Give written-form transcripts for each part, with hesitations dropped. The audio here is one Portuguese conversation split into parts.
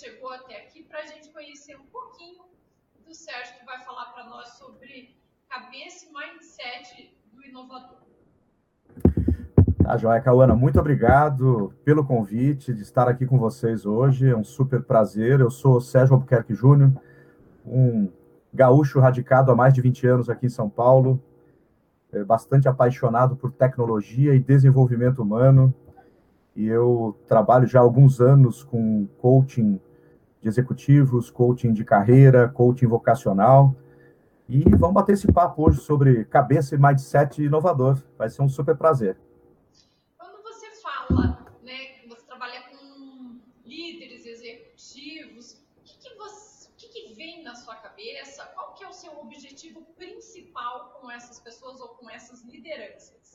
chegou até aqui para a gente conhecer um pouquinho do Sérgio, que vai falar para nós sobre cabeça e mindset do inovador. Tá, joia, Cauana, muito obrigado pelo convite de estar aqui com vocês hoje. É um super prazer. Eu sou Sérgio Albuquerque Júnior, um gaúcho radicado há mais de 20 anos aqui em São Paulo, bastante apaixonado por tecnologia e desenvolvimento humano. E eu trabalho já há alguns anos com coaching de executivos, coaching de carreira, coaching vocacional. E vamos bater esse papo hoje sobre cabeça e mindset inovador. Vai ser um super prazer. Quando você fala, né, que você trabalha com líderes executivos, o que vem na sua cabeça? Qual que é o seu objetivo principal com essas pessoas ou com essas lideranças?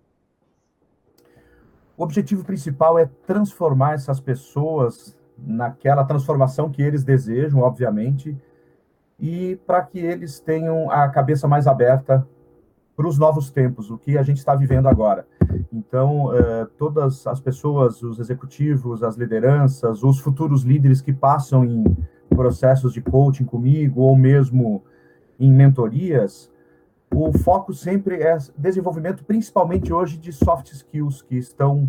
O objetivo principal é transformar essas pessoas naquela transformação que eles desejam, obviamente, e para que eles tenham a cabeça mais aberta para os novos tempos, o que a gente está vivendo agora. Então, todas as pessoas, os executivos, as lideranças, os futuros líderes que passam em processos de coaching comigo, ou mesmo em mentorias, o foco sempre é desenvolvimento, principalmente hoje, de soft skills, que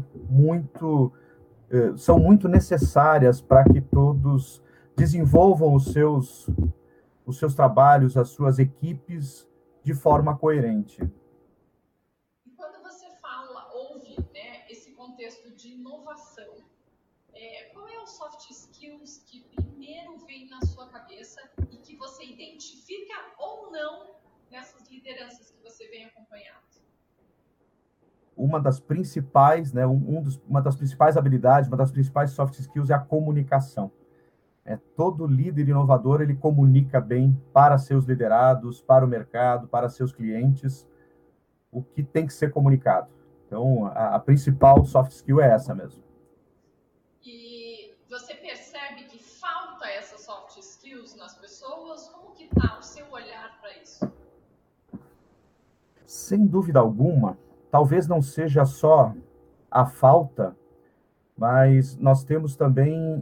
são muito necessárias para que todos desenvolvam os seus trabalhos, as suas equipes, de forma coerente. E quando você ouve, né, esse contexto de inovação, qual é o soft skills que primeiro vem na sua cabeça e que você identifica ou não nessas lideranças que você vem acompanhando? Uma das principais, né, uma das principais habilidades, uma das principais soft skills é a comunicação. Todo líder inovador, ele comunica bem para seus liderados, para o mercado, para seus clientes, o que tem que ser comunicado. Então, a principal soft skill é essa mesmo. E você percebe que falta essas soft skills nas pessoas? Como que está o seu olhar para isso? Sem dúvida alguma, talvez não seja só a falta, mas nós temos também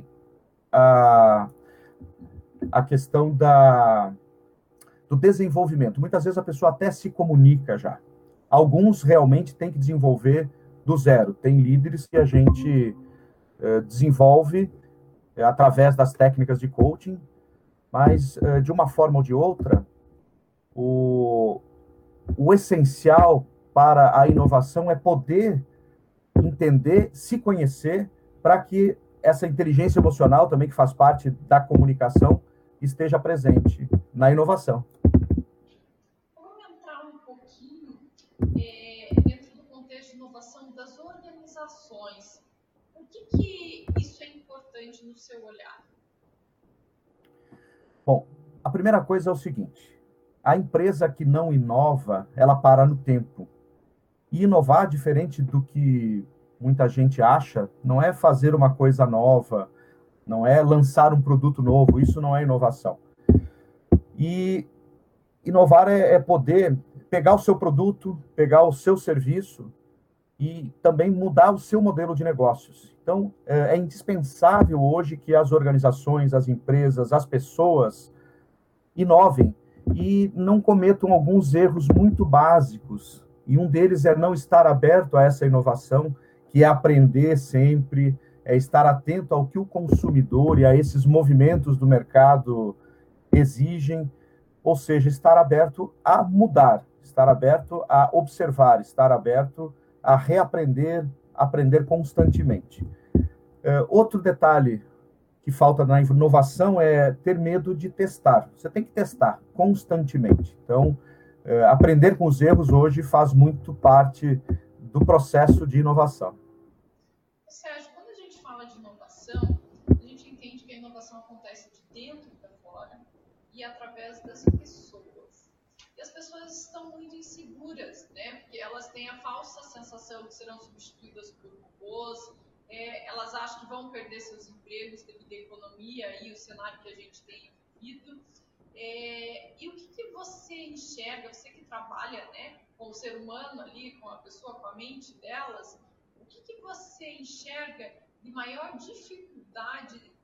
a questão do desenvolvimento. Muitas vezes a pessoa até se comunica já. Alguns realmente têm que desenvolver do zero. Tem líderes que a gente desenvolve através das técnicas de coaching, mas de uma forma ou de outra, o essencial para a inovação é poder entender, se conhecer, para que essa inteligência emocional também, que faz parte da comunicação, esteja presente na inovação. Vamos entrar um pouquinho dentro do contexto de inovação das organizações. Por que isso é importante no seu olhar? Bom, a primeira coisa é o seguinte: a empresa que não inova, ela para no tempo. E inovar, diferente do que muita gente acha, não é fazer uma coisa nova, não é lançar um produto novo, isso não é inovação. E inovar é poder pegar o seu produto, pegar o seu serviço e também mudar o seu modelo de negócios. Então, é indispensável hoje que as organizações, as empresas, as pessoas inovem e não cometam alguns erros muito básicos. E um deles é não estar aberto a essa inovação, que é aprender sempre, é estar atento ao que o consumidor e a esses movimentos do mercado exigem, ou seja, estar aberto a mudar, estar aberto a observar, estar aberto a reaprender, aprender constantemente. Outro detalhe que falta na inovação é ter medo de testar. Você tem que testar constantemente. Então, aprender com os erros hoje faz muito parte do processo de inovação. Sérgio, quando a gente fala de inovação, a gente entende que a inovação acontece de dentro para fora e através das pessoas. E as pessoas estão muito inseguras, né? Porque elas têm a falsa sensação de serão substituídas por robôs, elas acham que vão perder seus empregos devido à economia e o cenário que a gente tem vivido. E o que você enxerga, você que trabalha, né, com o ser humano ali, com a pessoa, com a mente delas, o que você enxerga de maior dificuldade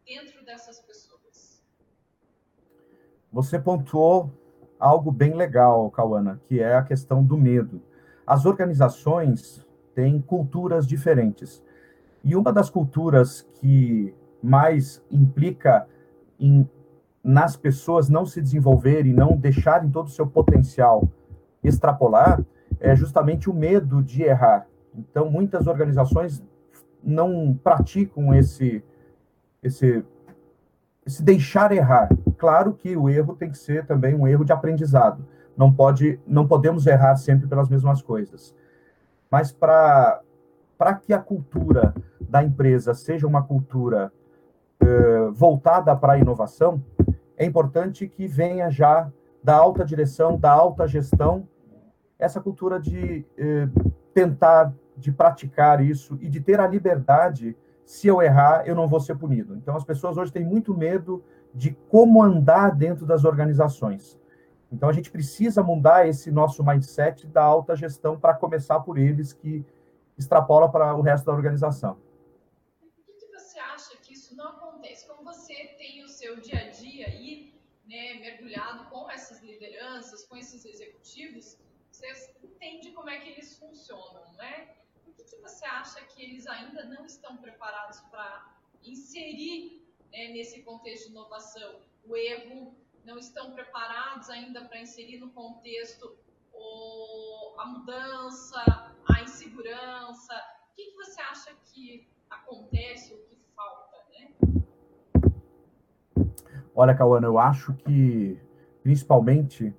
dentro dessas pessoas? Você pontuou algo bem legal, Cauana, que é a questão do medo. As organizações têm culturas diferentes. E uma das culturas que mais implica nas pessoas não se desenvolverem, não deixarem todo o seu potencial extrapolar, é justamente o medo de errar. Então, muitas organizações não praticam esse deixar errar. Claro que o erro tem que ser também um erro de aprendizado. Não podemos errar sempre pelas mesmas coisas. Mas para que a cultura da empresa seja uma cultura voltada para a inovação, é importante que venha já da alta direção, da alta gestão, essa cultura de tentar, de praticar isso e de ter a liberdade, se eu errar, eu não vou ser punido. Então, as pessoas hoje têm muito medo de como andar dentro das organizações. Então, a gente precisa mudar esse nosso mindset da alta gestão para começar por eles, que extrapola para o resto da organização. Por que você acha que isso não acontece? Como você tem o seu dia a dia aí, né, mergulhado com essas lideranças, com esses executivos, você entende como é que eles funcionam, né? Por que você acha que eles ainda não estão preparados para inserir, né, nesse contexto de inovação o erro, não estão preparados ainda para inserir no contexto a mudança, a insegurança? O que você acha que acontece, o que falta, né? Olha, Cauana, eu acho que, principalmente,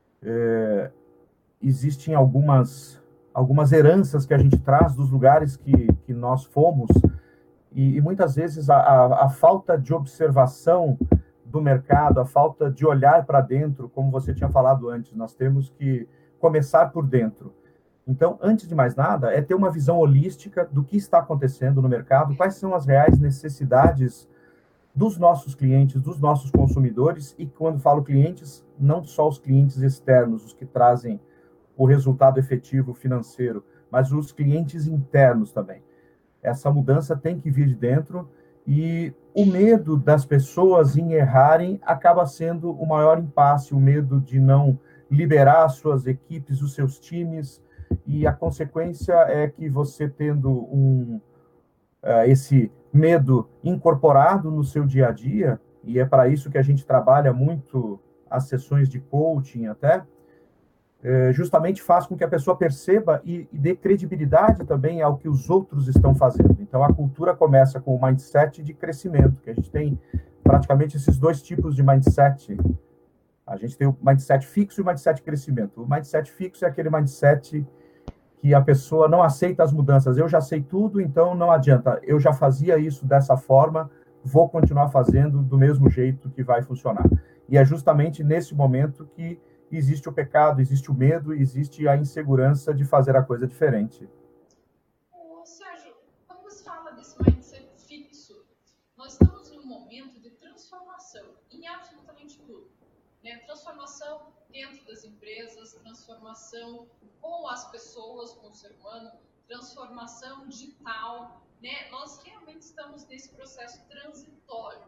existem algumas heranças que a gente traz dos lugares que nós fomos, e muitas vezes a falta de observação do mercado, a falta de olhar para dentro, como você tinha falado antes, nós temos que começar por dentro. Então, antes de mais nada, é ter uma visão holística do que está acontecendo no mercado, quais são as reais necessidades dos nossos clientes, dos nossos consumidores, e quando falo clientes, não só os clientes externos, os que trazem o resultado efetivo financeiro, mas os clientes internos também. Essa mudança tem que vir de dentro, e o medo das pessoas em errarem acaba sendo o maior impasse, o medo de não liberar as suas equipes, os seus times, e a consequência é que você tendo esse medo incorporado no seu dia a dia, e é para isso que a gente trabalha muito as sessões de coaching até, justamente faz com que a pessoa perceba e dê credibilidade também ao que os outros estão fazendo. Então, a cultura começa com o mindset de crescimento, que a gente tem praticamente esses dois tipos de mindset. A gente tem o mindset fixo e o mindset de crescimento. O mindset fixo é aquele mindset que a pessoa não aceita as mudanças. Eu já sei tudo, então não adianta. Eu já fazia isso dessa forma, vou continuar fazendo do mesmo jeito que vai funcionar. E é justamente nesse momento que existe o pecado, existe o medo, existe a insegurança de fazer a coisa diferente. Sérgio, quando você fala desse mindset fixo, nós estamos em um momento de transformação em absolutamente tudo, né? Transformação dentro das empresas, transformação com as pessoas, com o ser humano, transformação digital, né? Nós realmente estamos nesse processo transitório.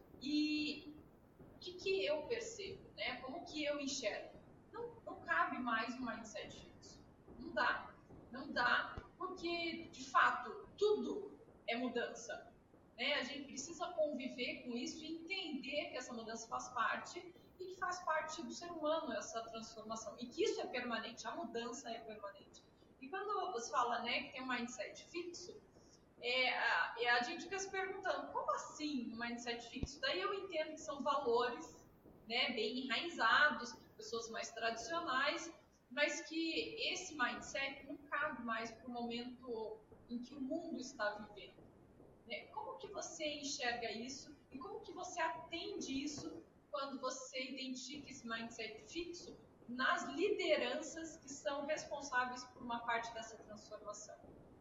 E o que eu percebo, né? Como que eu enxergo? Não cabe mais um mindset fixo. Não dá, porque, de fato, tudo é mudança, né? A gente precisa conviver com isso e entender que essa mudança faz parte e que faz parte do ser humano essa transformação, e que isso é permanente, a mudança é permanente. E quando você fala, né, que tem um mindset fixo, a gente fica se perguntando, como assim um mindset fixo? Daí eu entendo que são valores, né, bem enraizados, pessoas mais tradicionais, mas que esse mindset não cabe mais para o momento em que o mundo está vivendo, né? Como que você enxerga isso e como que você atende isso quando você identifica esse mindset fixo nas lideranças que são responsáveis por uma parte dessa transformação?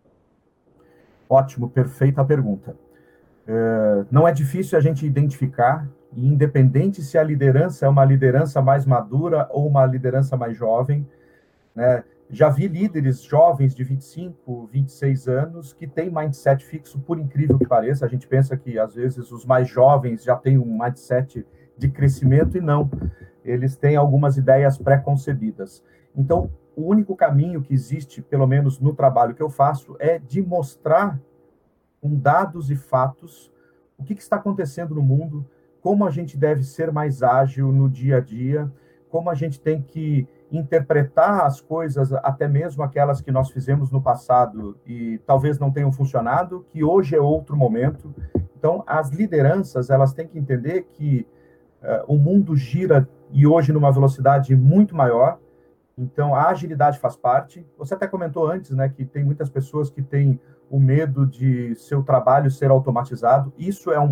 Ótimo, perfeita pergunta. Não é difícil a gente identificar, e independente se a liderança é uma liderança mais madura ou uma liderança mais jovem, né, Já vi líderes jovens de 25, 26 anos que têm mindset fixo, por incrível que pareça. A gente pensa que, às vezes, os mais jovens já têm um mindset de crescimento e não. Eles têm algumas ideias pré-concebidas. Então, o único caminho que existe, pelo menos no trabalho que eu faço, é de mostrar com dados e fatos o que está acontecendo no mundo, como a gente deve ser mais ágil no dia a dia, como a gente tem que interpretar as coisas, até mesmo aquelas que nós fizemos no passado e talvez não tenham funcionado, que hoje é outro momento. Então, as lideranças, elas têm que entender que o mundo gira e hoje numa velocidade muito maior. Então, a agilidade faz parte. Você até comentou antes, né, que tem muitas pessoas que têm o medo de seu trabalho ser automatizado. Isso é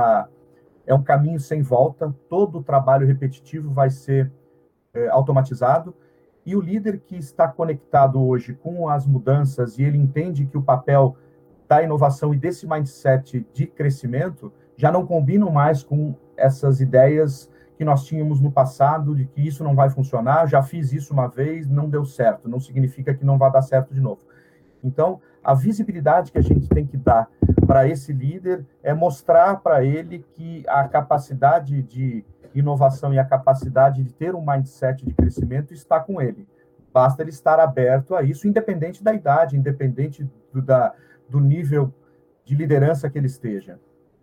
um caminho sem volta. Todo o trabalho repetitivo vai ser automatizado. E o líder que está conectado hoje com as mudanças e ele entende que o papel da inovação e desse mindset de crescimento já não combinam mais com essas ideias que nós tínhamos no passado, de que isso não vai funcionar, já fiz isso uma vez, não deu certo, não significa que não vai dar certo de novo. Então, a visibilidade que a gente tem que dar para esse líder é mostrar para ele que a capacidade de inovação e a capacidade de ter um mindset de crescimento está com ele. Basta ele estar aberto a isso, independente da idade, independente do nível de liderança que ele esteja.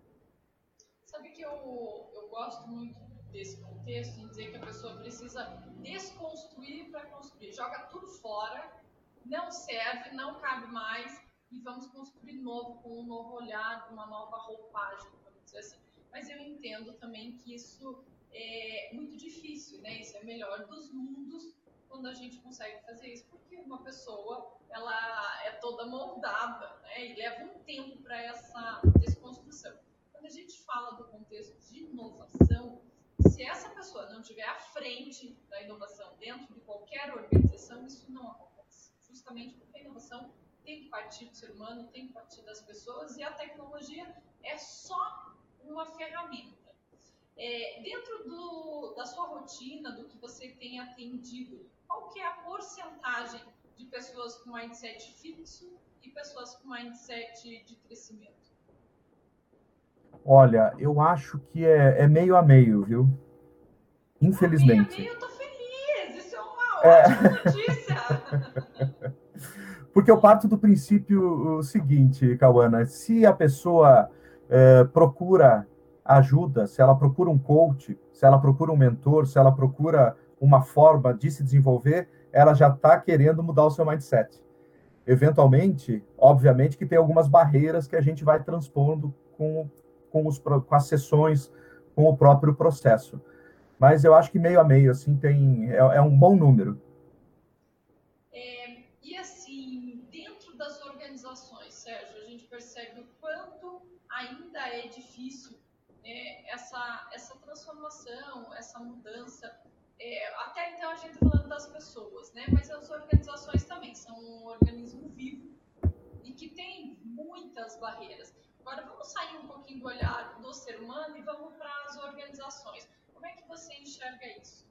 Sabe que eu gosto muito desse contexto, em dizer que a pessoa precisa desconstruir para construir. Joga tudo fora, não serve, não cabe mais, e vamos construir novo, com um novo olhar, uma nova roupagem, vamos dizer assim. Mas eu entendo também que isso é muito difícil, né? Isso é o melhor dos mundos quando a gente consegue fazer isso, porque uma pessoa, ela é toda moldada, né? E leva um tempo para essa desconstrução. Quando a gente fala do contexto de inovação, se essa pessoa não estiver à frente da inovação dentro de qualquer organização, isso não acontece. Justamente porque a inovação tem que partir do ser humano, tem que partir das pessoas, e a tecnologia é só uma ferramenta. Dentro da sua rotina, do que você tem atendido, qual que é a porcentagem de pessoas com mindset fixo e pessoas com mindset de crescimento? Olha, eu acho que é meio a meio, viu? Infelizmente. Meio a meio eu tô feliz, isso é uma ótima notícia. Porque eu parto do princípio seguinte, Cauana, se a pessoa procura ajuda, se ela procura um coach, se ela procura um mentor, se ela procura uma forma de se desenvolver, ela já está querendo mudar o seu mindset. Eventualmente, obviamente que tem algumas barreiras que a gente vai transpondo com as sessões, com o próprio processo. Mas eu acho que meio a meio, assim, é um bom número. E assim, dentro das organizações, Sérgio, a gente percebe o quanto ainda é difícil, né, essa transformação, essa mudança. Até então a gente está falando das pessoas, né? Mas as organizações também são um organismo vivo e que tem muitas barreiras. Agora vamos sair um pouquinho do olhar do ser humano e vamos para as organizações. Como é que você enxerga isso?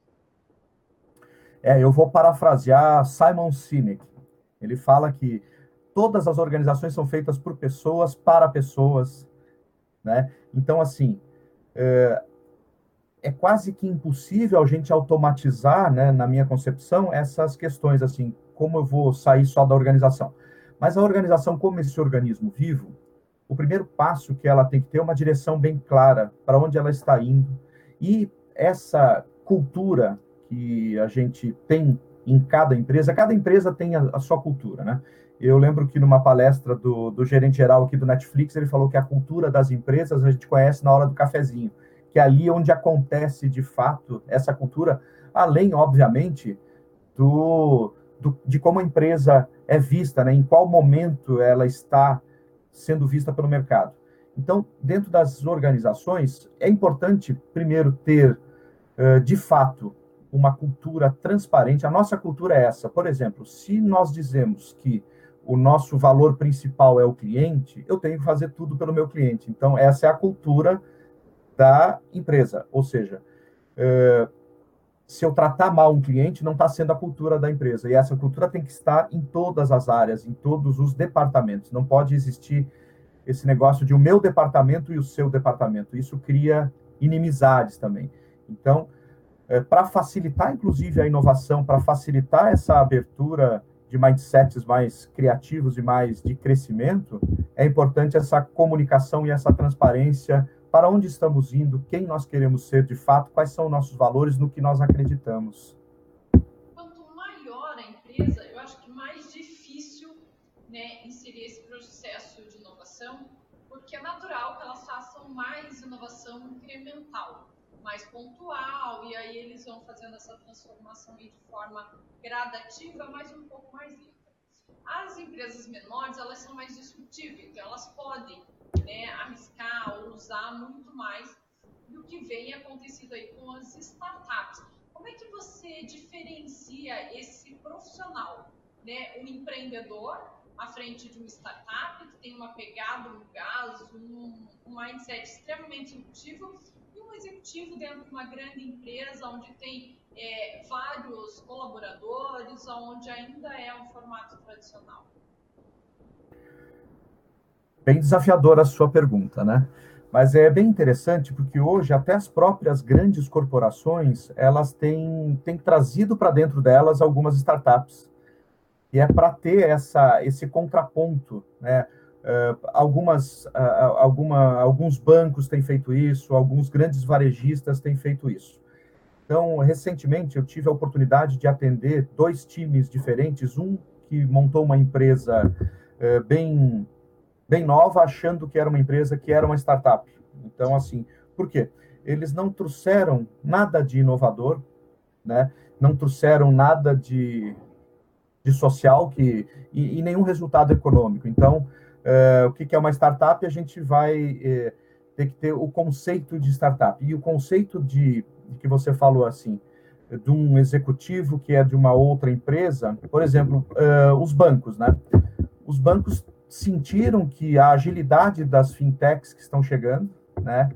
Eu vou parafrasear Simon Sinek. Ele fala que todas as organizações são feitas por pessoas, para pessoas, né? Então, assim, é quase que impossível a gente automatizar, né, na minha concepção, essas questões, assim, como eu vou sair só da organização. Mas a organização, como esse organismo vivo, o primeiro passo que ela tem que ter é uma direção bem clara para onde ela está indo. E essa cultura que a gente tem em cada empresa tem a sua cultura, né? Eu lembro que numa palestra do gerente geral aqui do Netflix, ele falou que a cultura das empresas a gente conhece na hora do cafezinho, que é ali onde acontece, de fato, essa cultura, além, obviamente, de como a empresa é vista, né? Em qual momento ela está sendo vista pelo mercado. Então, dentro das organizações, é importante, primeiro, ter, de fato, uma cultura transparente. A nossa cultura é essa. Por exemplo, se nós dizemos que o nosso valor principal é o cliente, eu tenho que fazer tudo pelo meu cliente. Então, essa é a cultura da empresa. Ou seja, se eu tratar mal um cliente, não está sendo a cultura da empresa. E essa cultura tem que estar em todas as áreas, em todos os departamentos. Não pode existir esse negócio de o meu departamento e o seu departamento. Isso cria inimizades também. Então, para facilitar, inclusive, a inovação, para facilitar essa abertura de mindsets mais criativos e mais de crescimento, é importante essa comunicação e essa transparência para onde estamos indo, quem nós queremos ser de fato, quais são nossos valores, no que nós acreditamos. Quanto maior a empresa, eu acho que mais difícil, né, inserir esse processo de inovação, porque é natural que elas façam mais inovação incremental, mais pontual, e aí eles vão fazendo essa transformação de forma gradativa, mas um pouco mais lenta. As empresas menores, elas são mais disruptivas, então elas podem, né, arriscar ou usar muito mais do que vem acontecido aí com as startups. Como é que você diferencia esse profissional, né, o empreendedor à frente de uma startup que tem uma pegada, um gás, um mindset extremamente disruptivo, e um executivo dentro de uma grande empresa onde tem vários colaboradores, onde ainda é um formato tradicional? Bem desafiadora a sua pergunta, né? Mas é bem interessante porque hoje até as próprias grandes corporações, elas têm trazido para dentro delas algumas startups. E é para ter esse contraponto, né? Alguns bancos têm feito isso, alguns grandes varejistas têm feito isso. Então, recentemente, eu tive a oportunidade de atender 2 times diferentes, um que montou uma empresa bem nova, achando que era uma empresa que era uma startup. Então, assim, por quê? Eles não trouxeram nada de inovador, né? Não trouxeram nada de social e nenhum resultado econômico. Então, o que é uma startup? A gente vai ter que ter o conceito de startup. E o conceito de que você falou assim, de um executivo que é de uma outra empresa, por exemplo, os bancos, né? Os bancos sentiram que a agilidade das fintechs que estão chegando, né?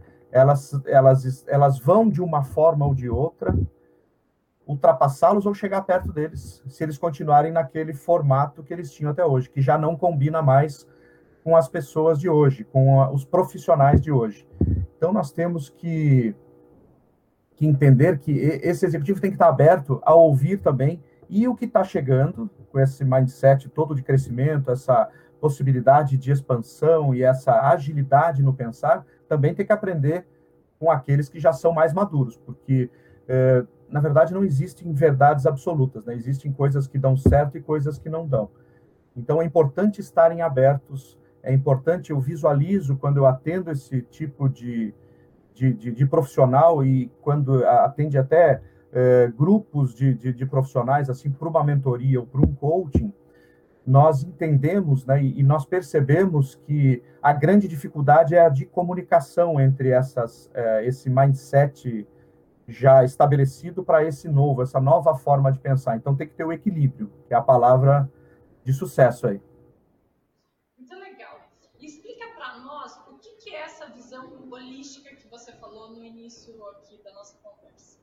Elas vão de uma forma ou de outra ultrapassá-los ou chegar perto deles, se eles continuarem naquele formato que eles tinham até hoje, que já não combina mais com as pessoas de hoje, com os profissionais de hoje. Então, nós temos que entender que esse executivo tem que estar aberto a ouvir também, e o que está chegando, com esse mindset todo de crescimento, essa possibilidade de expansão e essa agilidade no pensar, também tem que aprender com aqueles que já são mais maduros, porque na verdade, não existem verdades absolutas, né? Existem coisas que dão certo e coisas que não dão. Então, é importante estarem abertos, é importante, eu visualizo quando eu atendo esse tipo de profissional e quando atende até grupos de profissionais, assim, para uma mentoria ou para um coaching, nós entendemos, né, e nós percebemos que a grande dificuldade é a de comunicação entre esse mindset já estabelecido para essa nova forma de pensar. Então tem que ter o equilíbrio, que é a palavra de sucesso aí. Muito legal. E explica para nós o que é essa visão holística que você falou no início aqui da nossa conversa.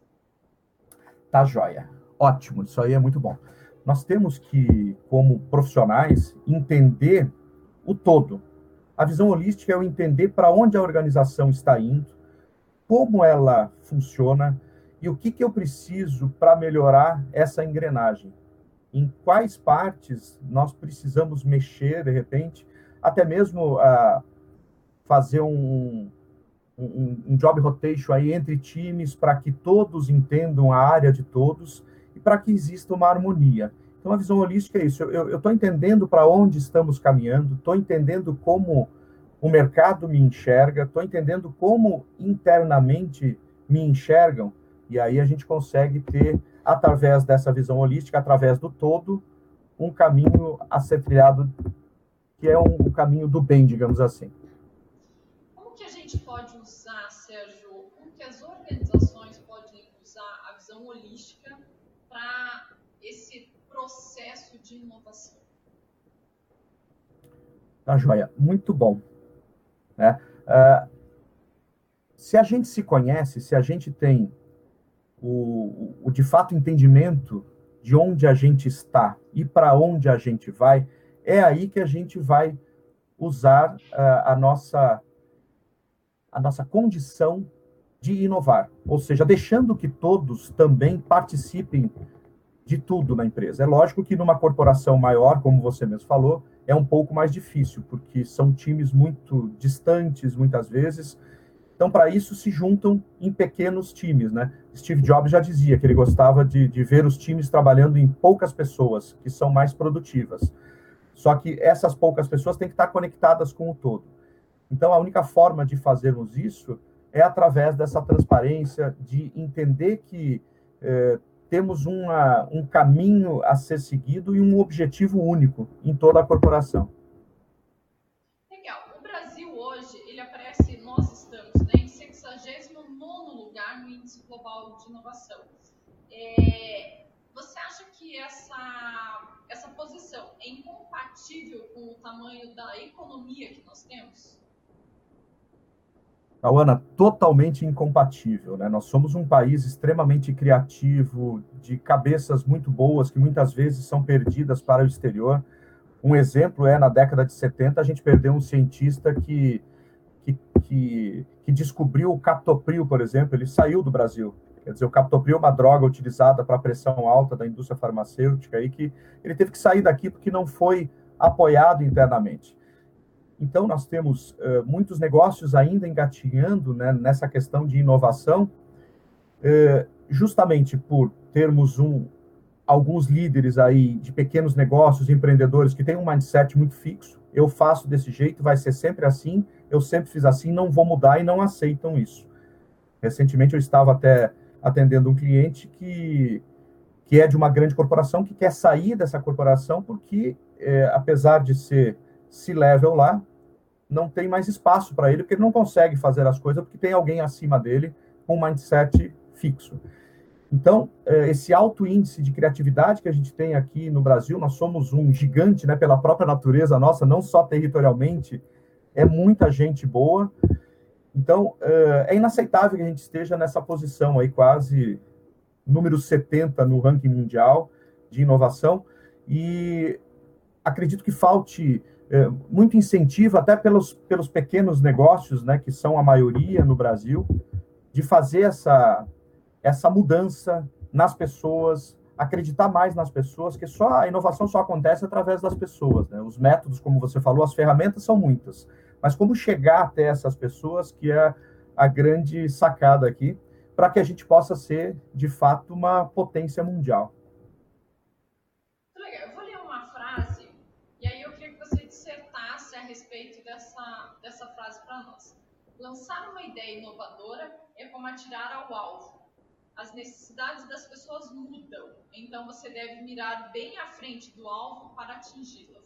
Tá joia. Ótimo, isso aí é muito bom. Nós temos que, como profissionais, entender o todo. A visão holística é o entender para onde a organização está indo, como ela funciona e o que eu preciso para melhorar essa engrenagem. Em quais partes nós precisamos mexer, de repente, até mesmo fazer um job rotation aí entre times para que todos entendam a área de todos e para que exista uma harmonia. Então, a visão holística é isso. Eu estou entendendo para onde estamos caminhando, estou entendendo como o mercado me enxerga, estou entendendo como internamente me enxergam, e aí a gente consegue ter, através dessa visão holística, através do todo, um caminho a ser trilhado, que é um caminho do bem, digamos assim. Como que a gente pode usar, Sérgio, como que as organizações podem usar a visão holística para esse processo de inovação? Tá joia, muito bom. Né? Se a gente se conhece, se a gente tem o de fato entendimento de onde a gente está e para onde a gente vai, é aí que a gente vai usar a nossa condição de inovar, ou seja, deixando que todos também participem de tudo na empresa. É lógico que numa corporação maior, como você mesmo falou, é um pouco mais difícil, porque são times muito distantes, muitas vezes. Então, para isso, se juntam em pequenos times, né? Steve Jobs já dizia que ele gostava de ver os times trabalhando em poucas pessoas, que são mais produtivas. Só que essas poucas pessoas têm que estar conectadas com o todo. Então, a única forma de fazermos isso é através dessa transparência, de entender que temos um caminho a ser seguido e um objetivo único em toda a corporação. Legal. O Brasil hoje, ele aparece, nós estamos, né, em 69º lugar no Índice Global de Inovação. Você acha que essa posição é incompatível com o tamanho da economia que nós temos? Ana, totalmente incompatível, né? Nós somos um país extremamente criativo, de cabeças muito boas, que muitas vezes são perdidas para o exterior. Um exemplo na década de 70, a gente perdeu um cientista que descobriu o captopril, por exemplo, ele saiu do Brasil. Quer dizer, o captopril é uma droga utilizada para a pressão alta da indústria farmacêutica e que ele teve que sair daqui porque não foi apoiado internamente. Então, nós temos muitos negócios ainda engatinhando, né, nessa questão de inovação, justamente por termos alguns líderes aí de pequenos negócios, empreendedores, que têm um mindset muito fixo. Eu faço desse jeito, vai ser sempre assim, eu sempre fiz assim, não vou mudar, e não aceitam isso. Recentemente, eu estava até atendendo um cliente que é de uma grande corporação, que quer sair dessa corporação porque, apesar de ser C-level lá, não tem mais espaço para ele, porque ele não consegue fazer as coisas, porque tem alguém acima dele com um mindset fixo. Então, esse alto índice de criatividade que a gente tem aqui no Brasil, nós somos um gigante, né, pela própria natureza nossa, não só territorialmente, é muita gente boa. Então, é inaceitável que a gente esteja nessa posição aí, quase número 70 no ranking mundial de inovação, e acredito que falte muito incentivo, até pelos pequenos negócios, né, que são a maioria no Brasil, de fazer essa mudança nas pessoas, acreditar mais nas pessoas, que a inovação só acontece através das pessoas, né? Os métodos, como você falou, as ferramentas são muitas, mas como chegar até essas pessoas, que é a grande sacada aqui, para que a gente possa ser, de fato, uma potência mundial. Legal, eu vou ler uma frase, e aí eu queria que você dissertasse a respeito dessa frase para nós. Lançar uma ideia inovadora é como atirar ao alvo. As necessidades das pessoas mudam, então você deve mirar bem à frente do alvo para atingi-las.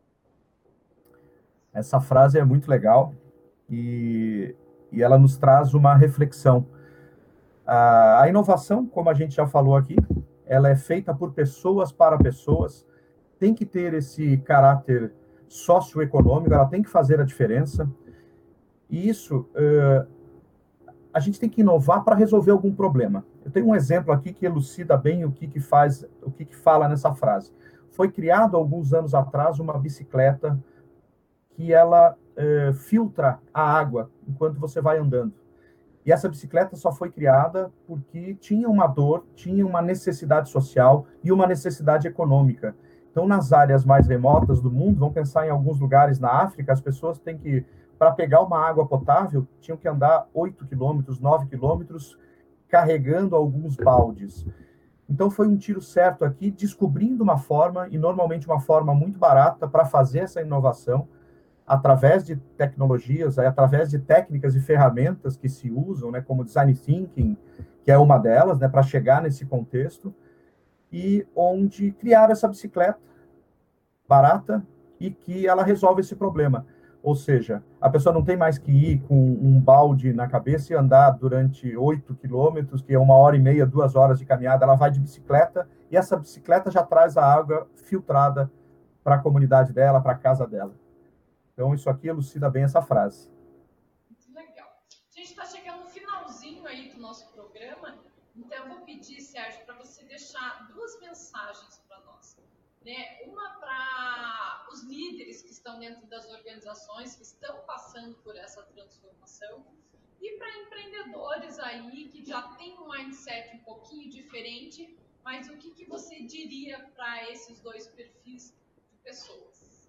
Essa frase é muito legal e ela nos traz uma reflexão. A inovação, como a gente já falou aqui, ela é feita por pessoas para pessoas, tem que ter esse caráter socioeconômico, ela tem que fazer a diferença. E isso, a gente tem que inovar para resolver algum problema. Eu tenho um exemplo aqui que elucida bem o que fala nessa frase. Foi criado, alguns anos atrás, uma bicicleta que ela filtra a água enquanto você vai andando. E essa bicicleta só foi criada porque tinha uma dor, tinha uma necessidade social e uma necessidade econômica. Então, nas áreas mais remotas do mundo, vamos pensar em alguns lugares na África, as pessoas têm que, para pegar uma água potável, tinham que andar 8 quilômetros, 9 quilômetros, carregando alguns baldes. Então, foi um tiro certo aqui, descobrindo uma forma, e normalmente uma forma muito barata, para fazer essa inovação, através de tecnologias, através de técnicas e ferramentas que se usam, né, como Design Thinking, que é uma delas, né, para chegar nesse contexto, e onde criaram essa bicicleta barata e que ela resolve esse problema. Ou seja, a pessoa não tem mais que ir com um balde na cabeça e andar durante 8 quilômetros, que é 1h30, 2 horas de caminhada, ela vai de bicicleta e essa bicicleta já traz a água filtrada para a comunidade dela, para a casa dela. Então, isso aqui elucida bem essa frase. Muito legal. A gente está chegando no finalzinho aí do nosso programa Então, eu vou pedir, Sérgio, para você deixar duas mensagens para nós. Né? Uma para os líderes que estão dentro das organizações, que estão passando por essa transformação, e para empreendedores aí que já têm um mindset um pouquinho diferente, mas o que você diria para esses dois perfis de pessoas?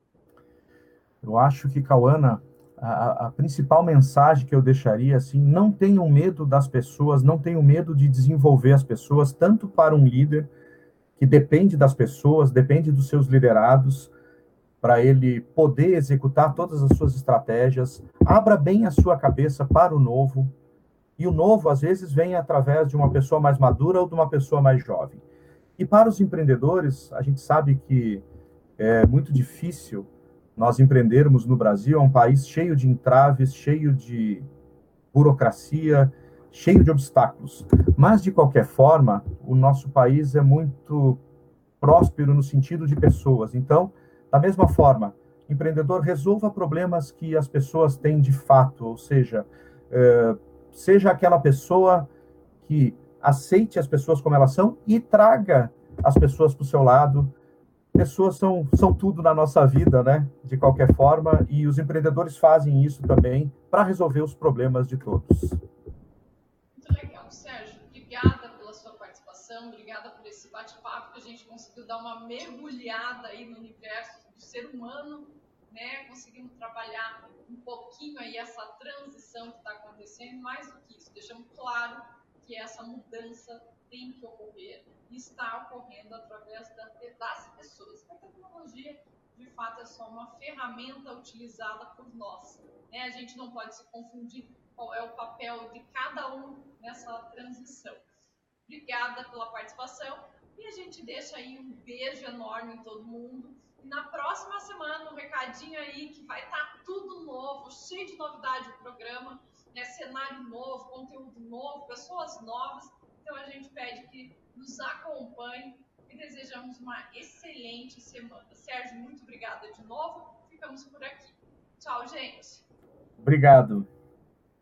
Eu acho que, Cauana, a principal mensagem que eu deixaria, assim, não tenham medo das pessoas, não tenham medo de desenvolver as pessoas, tanto para um líder que depende das pessoas, depende dos seus liderados, para ele poder executar todas as suas estratégias. Abra bem a sua cabeça para o novo, e o novo, às vezes, vem através de uma pessoa mais madura ou de uma pessoa mais jovem. E para os empreendedores, a gente sabe que é muito difícil nós empreendermos no Brasil, é um país cheio de entraves, cheio de burocracia, cheio de obstáculos. Mas, de qualquer forma, o nosso país é muito próspero no sentido de pessoas. Então, da mesma forma, empreendedor, resolva problemas que as pessoas têm de fato, ou seja, seja aquela pessoa que aceite as pessoas como elas são e traga as pessoas para o seu lado. Pessoas são tudo na nossa vida, né? De qualquer forma, e os empreendedores fazem isso também para resolver os problemas de todos. Muito legal, Sérgio. Obrigada pela sua participação, obrigada por esse bate-papo que a gente conseguiu dar uma mergulhada aí no universo do ser humano, né? Conseguimos trabalhar um pouquinho aí essa transição que está acontecendo, mais do que isso, deixamos claro que essa mudança tem que ocorrer e está ocorrendo através das pessoas. A tecnologia, de fato, é só uma ferramenta utilizada por nós, né? A gente não pode se confundir qual é o papel de cada um nessa transição. Obrigada pela participação e a gente deixa aí um beijo enorme em todo mundo. E na próxima semana, um recadinho aí que vai estar tudo novo, cheio de novidade o programa, né? Cenário novo, conteúdo novo, pessoas novas. Então a gente pede que nos acompanhe e desejamos uma excelente semana. Sérgio, muito obrigada de novo. Ficamos por aqui. Tchau, gente. Obrigado.